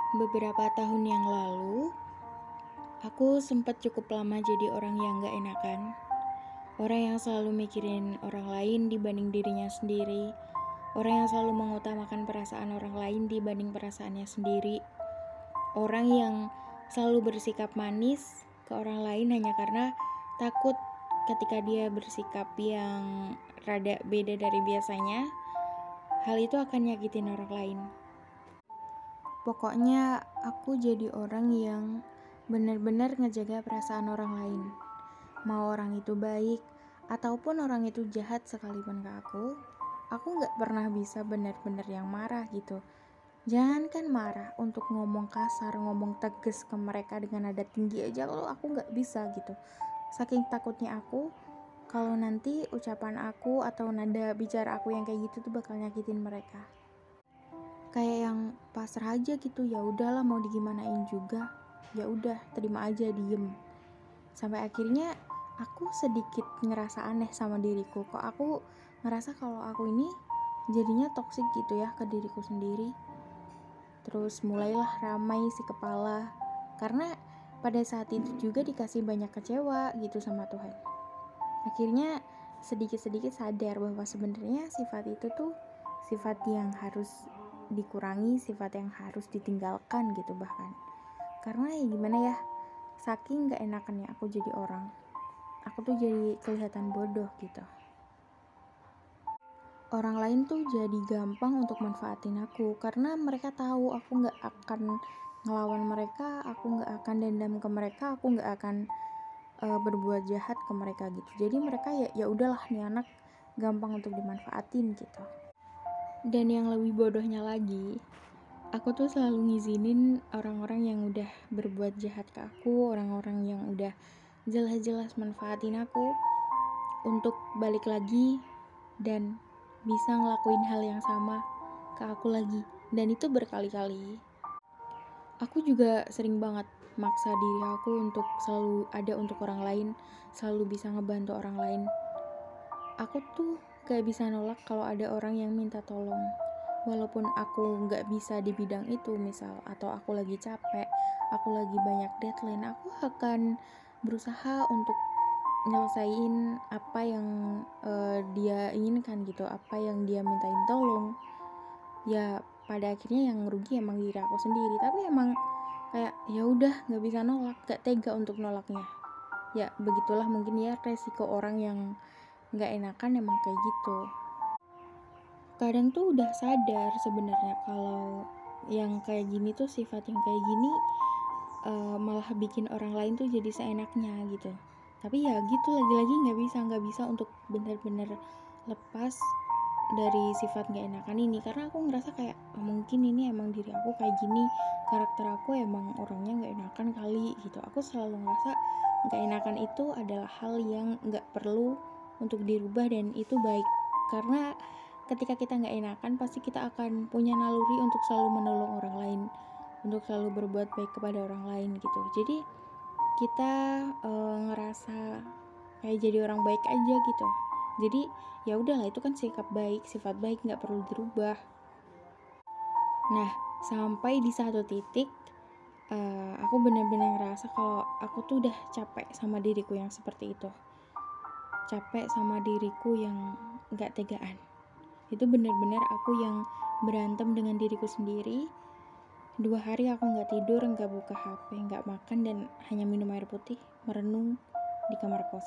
Beberapa tahun yang lalu, aku sempat cukup lama jadi orang yang gak enakan. Orang yang selalu mikirin orang lain dibanding dirinya sendiri. Orang yang selalu mengutamakan perasaan orang lain dibanding perasaannya sendiri. Orang yang selalu bersikap manis ke orang lain hanya karena takut ketika dia bersikap yang rada beda dari biasanya, hal itu akan nyakitin orang lain. Pokoknya aku jadi orang yang benar-benar ngejaga perasaan orang lain. Mau orang itu baik ataupun orang itu jahat sekalipun ke aku gak pernah bisa benar-benar yang marah gitu. Jangankan marah, untuk ngomong kasar, ngomong tegas ke mereka dengan nada tinggi aja aku gak bisa gitu. Saking takutnya aku kalau nanti ucapan aku atau nada bicara aku yang kayak gitu tuh bakal nyakitin mereka. Kayak yang pasrah aja gitu, ya udahlah mau digimanain juga, ya udah terima aja, diem. Sampai akhirnya aku sedikit ngerasa aneh sama diriku, kok aku ngerasa kalau aku ini jadinya toksik gitu ya ke diriku sendiri. Terus mulailah ramai si kepala, karena pada saat itu juga dikasih banyak kecewa gitu sama Tuhan. Akhirnya sedikit-sedikit sadar bahwa sebenarnya sifat itu tuh sifat yang harus dikurangi, sifat yang harus ditinggalkan gitu bahkan. Karena ya gimana ya, saking gak enakannya aku jadi orang, aku tuh jadi kelihatan bodoh gitu. Orang lain tuh jadi gampang untuk manfaatin aku karena mereka tahu aku gak akan ngelawan mereka, aku gak akan dendam ke mereka, aku gak akan berbuat jahat ke mereka gitu. Jadi mereka ya udahlah nih anak gampang untuk dimanfaatin gitu. Dan yang lebih bodohnya lagi, aku tuh selalu ngizinin orang-orang yang udah berbuat jahat ke aku, orang-orang yang udah jelas-jelas manfaatin aku untuk balik lagi dan bisa ngelakuin hal yang sama ke aku lagi. Dan itu berkali-kali. Aku juga sering banget maksa diri aku untuk selalu ada untuk orang lain, selalu bisa ngebantu orang lain. Aku tuh gak bisa nolak kalau ada orang yang minta tolong. Walaupun aku gak bisa di bidang itu misal, atau aku lagi capek, aku lagi banyak deadline, aku akan berusaha untuk nyelesain apa yang dia inginkan gitu, apa yang dia mintain tolong. Ya pada akhirnya yang rugi emang diri aku sendiri, tapi emang kayak ya udah nggak bisa nolak, gak tega untuk nolaknya. Ya begitulah mungkin ya resiko orang yang nggak enakan emang kayak gitu. Kadang tuh udah sadar sebenarnya kalau yang kayak gini tuh, sifat yang kayak gini malah bikin orang lain tuh jadi seenaknya gitu. Tapi ya gitu, lagi-lagi nggak bisa untuk benar-benar lepas dari sifat gak enakan ini, karena aku ngerasa kayak mungkin ini emang diri aku kayak gini, karakter aku emang orangnya gak enakan kali gitu. Aku selalu ngerasa gak enakan itu adalah hal yang gak perlu untuk dirubah dan itu baik, karena ketika kita gak enakan pasti kita akan punya naluri untuk selalu menolong orang lain, untuk selalu berbuat baik kepada orang lain gitu. Jadi kita ngerasa kayak jadi orang baik aja gitu. Jadi ya udahlah, itu kan sikap baik, sifat baik, nggak perlu dirubah. Nah, sampai di satu titik aku benar-benar ngerasa kalau aku tuh udah capek sama diriku yang seperti itu, capek sama diriku yang nggak tegaan. Itu benar-benar aku yang berantem dengan diriku sendiri. 2 hari aku nggak tidur, nggak buka HP, nggak makan, dan hanya minum air putih, merenung di kamar kos.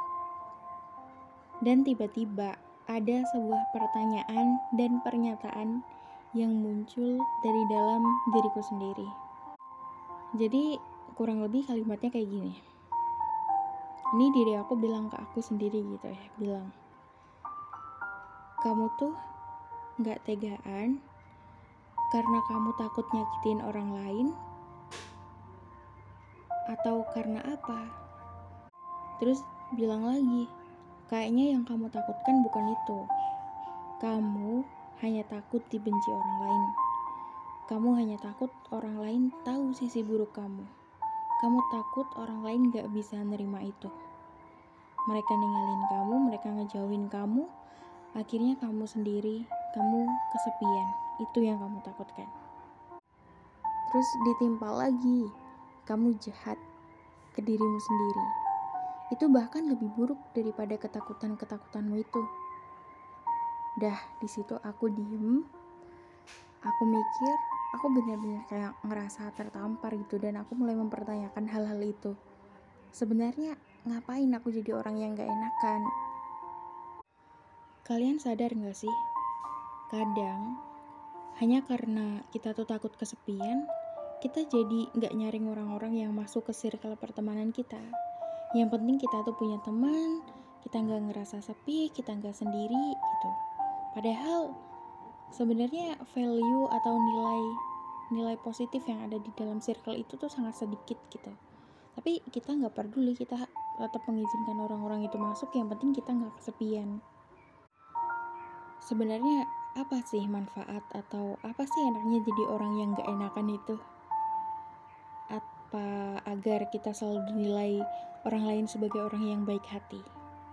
Dan tiba-tiba ada sebuah pertanyaan dan pernyataan yang muncul dari dalam diriku sendiri. Jadi kurang lebih kalimatnya kayak gini. Ini diri aku bilang ke aku sendiri gitu ya, bilang, kamu tuh gak tegaan karena kamu takut nyakitin orang lain, atau karena apa? Terus bilang lagi, kayaknya yang kamu takutkan bukan itu. Kamu hanya takut dibenci orang lain. Kamu hanya takut orang lain tahu sisi buruk kamu. Kamu takut orang lain gak bisa nerima itu. Mereka ninggalin kamu, mereka ngejauhin kamu. Akhirnya kamu sendiri, kamu kesepian. Itu yang kamu takutkan. Terus ditimpa lagi, kamu jahat ke dirimu sendiri. Itu bahkan lebih buruk daripada ketakutan-ketakutanmu itu. Dah, di situ aku diem, aku mikir, aku benar-benar kayak ngerasa tertampar gitu, dan aku mulai mempertanyakan hal-hal itu. Sebenarnya ngapain aku jadi orang yang gak enakan? Kalian sadar gak sih? Kadang hanya karena kita tuh takut kesepian, kita jadi gak nyaring orang-orang yang masuk ke circle pertemanan kita. Yang penting kita tuh punya teman, kita gak ngerasa sepi, kita gak sendiri gitu. Padahal sebenarnya value atau nilai positif yang ada di dalam circle itu tuh sangat sedikit gitu. Tapi kita gak peduli, kita tetap mengizinkan orang-orang itu masuk, yang penting kita gak kesepian. Sebenarnya apa sih manfaat atau apa sih enaknya jadi orang yang gak enakan itu? Apa agar kita selalu dinilai orang lain sebagai orang yang baik hati?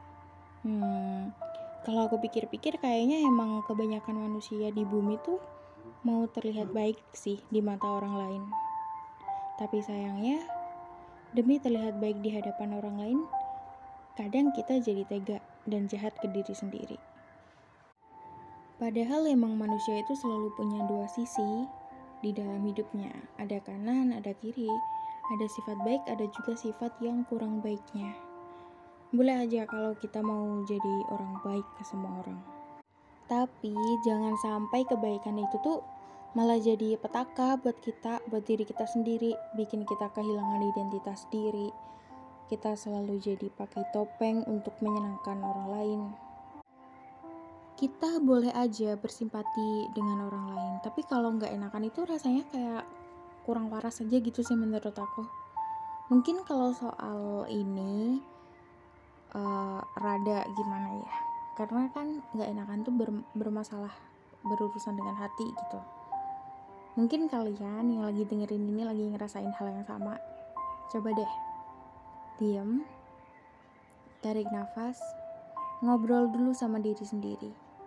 Kalau aku pikir-pikir kayaknya emang kebanyakan manusia di bumi tuh mau terlihat baik sih di mata orang lain. Tapi sayangnya, demi terlihat baik di hadapan orang lain, kadang kita jadi tega dan jahat ke diri sendiri. Padahal emang manusia itu selalu punya dua sisi di dalam hidupnya. Ada kanan, ada kiri. Ada sifat baik, ada juga sifat yang kurang baiknya. Boleh aja kalau kita mau jadi orang baik ke semua orang. Tapi jangan sampai kebaikan itu tuh malah jadi petaka buat kita, buat diri kita sendiri. Bikin kita kehilangan identitas diri. Kita selalu jadi pakai topeng untuk menyenangkan orang lain. Kita boleh aja bersimpati dengan orang lain, tapi kalau nggak enakan itu rasanya kayak kurang waras aja gitu sih menurut aku. Mungkin kalau soal ini rada gimana ya, karena kan nggak enakan tuh bermasalah, berurusan dengan hati gitu. Mungkin kalian yang lagi dengerin ini lagi ngerasain hal yang sama. Coba deh diam, tarik nafas, ngobrol dulu sama diri sendiri.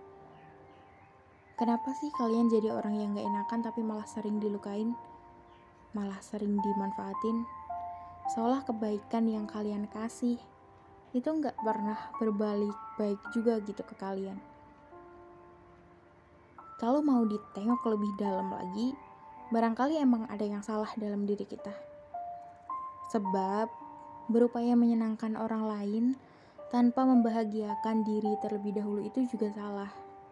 Kenapa sih kalian jadi orang yang gak enakan tapi malah sering dilukain? Malah sering dimanfaatin? Seolah kebaikan yang kalian kasih itu gak pernah berbalik baik juga gitu ke kalian. Kalau mau ditengok lebih dalam lagi, barangkali emang ada yang salah dalam diri kita. Sebab berupaya menyenangkan orang lain tanpa membahagiakan diri terlebih dahulu itu juga salah.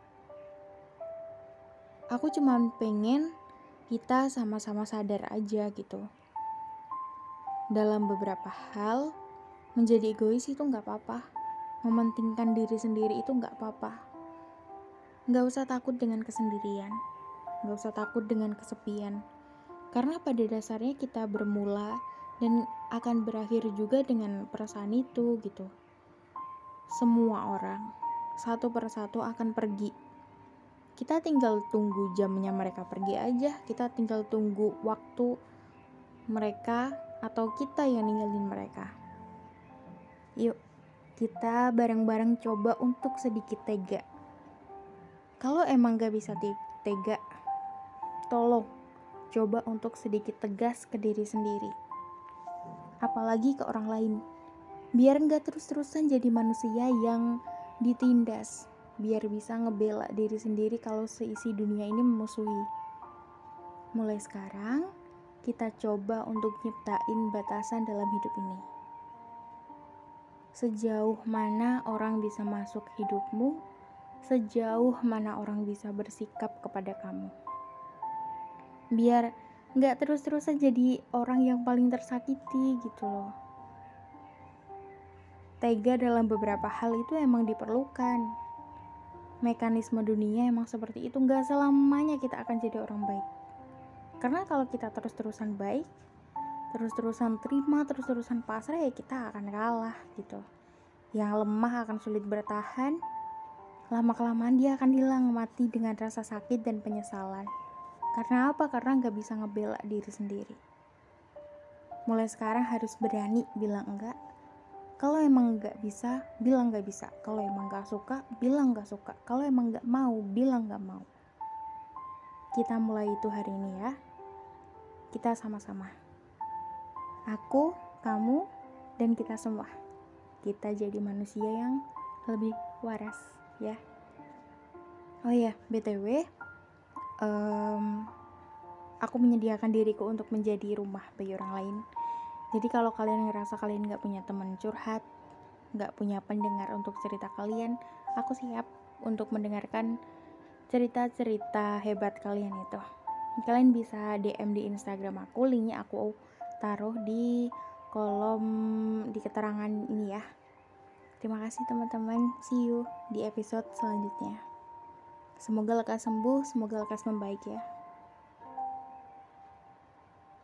Aku cuma pengen kita sama-sama sadar aja gitu. Dalam beberapa hal, menjadi egois itu gak apa-apa. Mementingkan diri sendiri itu gak apa-apa. Gak usah takut dengan kesendirian. Gak usah takut dengan kesepian. Karena pada dasarnya kita bermula dan akan berakhir juga dengan perasaan itu gitu. Semua orang, satu persatu akan pergi. Kita tinggal tunggu jamnya mereka pergi aja. Kita tinggal tunggu waktu mereka atau kita yang ninggalin mereka. Yuk, kita bareng-bareng coba untuk sedikit tega. Kalau emang gak bisa tega, tolong coba untuk sedikit tegas ke diri sendiri. Apalagi ke orang lain. Biar gak terus-terusan jadi manusia yang ditindas. Biar bisa ngebela diri sendiri kalau seisi dunia ini memusuhi. Mulai sekarang, kita coba untuk nyiptain batasan dalam hidup ini. Sejauh mana orang bisa masuk hidupmu, sejauh mana orang bisa bersikap kepada kamu. Biar gak terus-terusan jadi orang yang paling tersakiti gitu loh. Tega dalam beberapa hal itu emang diperlukan. Mekanisme dunia emang seperti itu, gak selamanya kita akan jadi orang baik. Karena kalau kita terus-terusan baik, terus-terusan terima, terus-terusan pasrah, ya kita akan kalah gitu. Yang lemah akan sulit bertahan, lama-kelamaan dia akan hilang, mati dengan rasa sakit dan penyesalan. Karena apa? Karena gak bisa ngebela diri sendiri. Mulai sekarang harus berani bilang enggak. Kalau emang gak bisa, bilang gak bisa. Kalau emang gak suka, bilang gak suka. Kalau emang gak mau, bilang gak mau. Kita mulai itu hari ini ya. kita sama-sama. Aku, kamu, dan kita semua. Kita jadi manusia yang lebih waras, ya. Oh iya, BTW, aku menyediakan diriku untuk menjadi rumah bagi orang lain. Jadi kalau kalian ngerasa kalian gak punya teman curhat, gak punya pendengar untuk cerita kalian, aku siap untuk mendengarkan cerita-cerita hebat kalian itu. Kalian bisa DM di Instagram aku, linknya aku taruh di kolom di keterangan ini ya. Terima kasih teman-teman, see you di episode selanjutnya. Semoga lekas sembuh, semoga lekas membaik ya.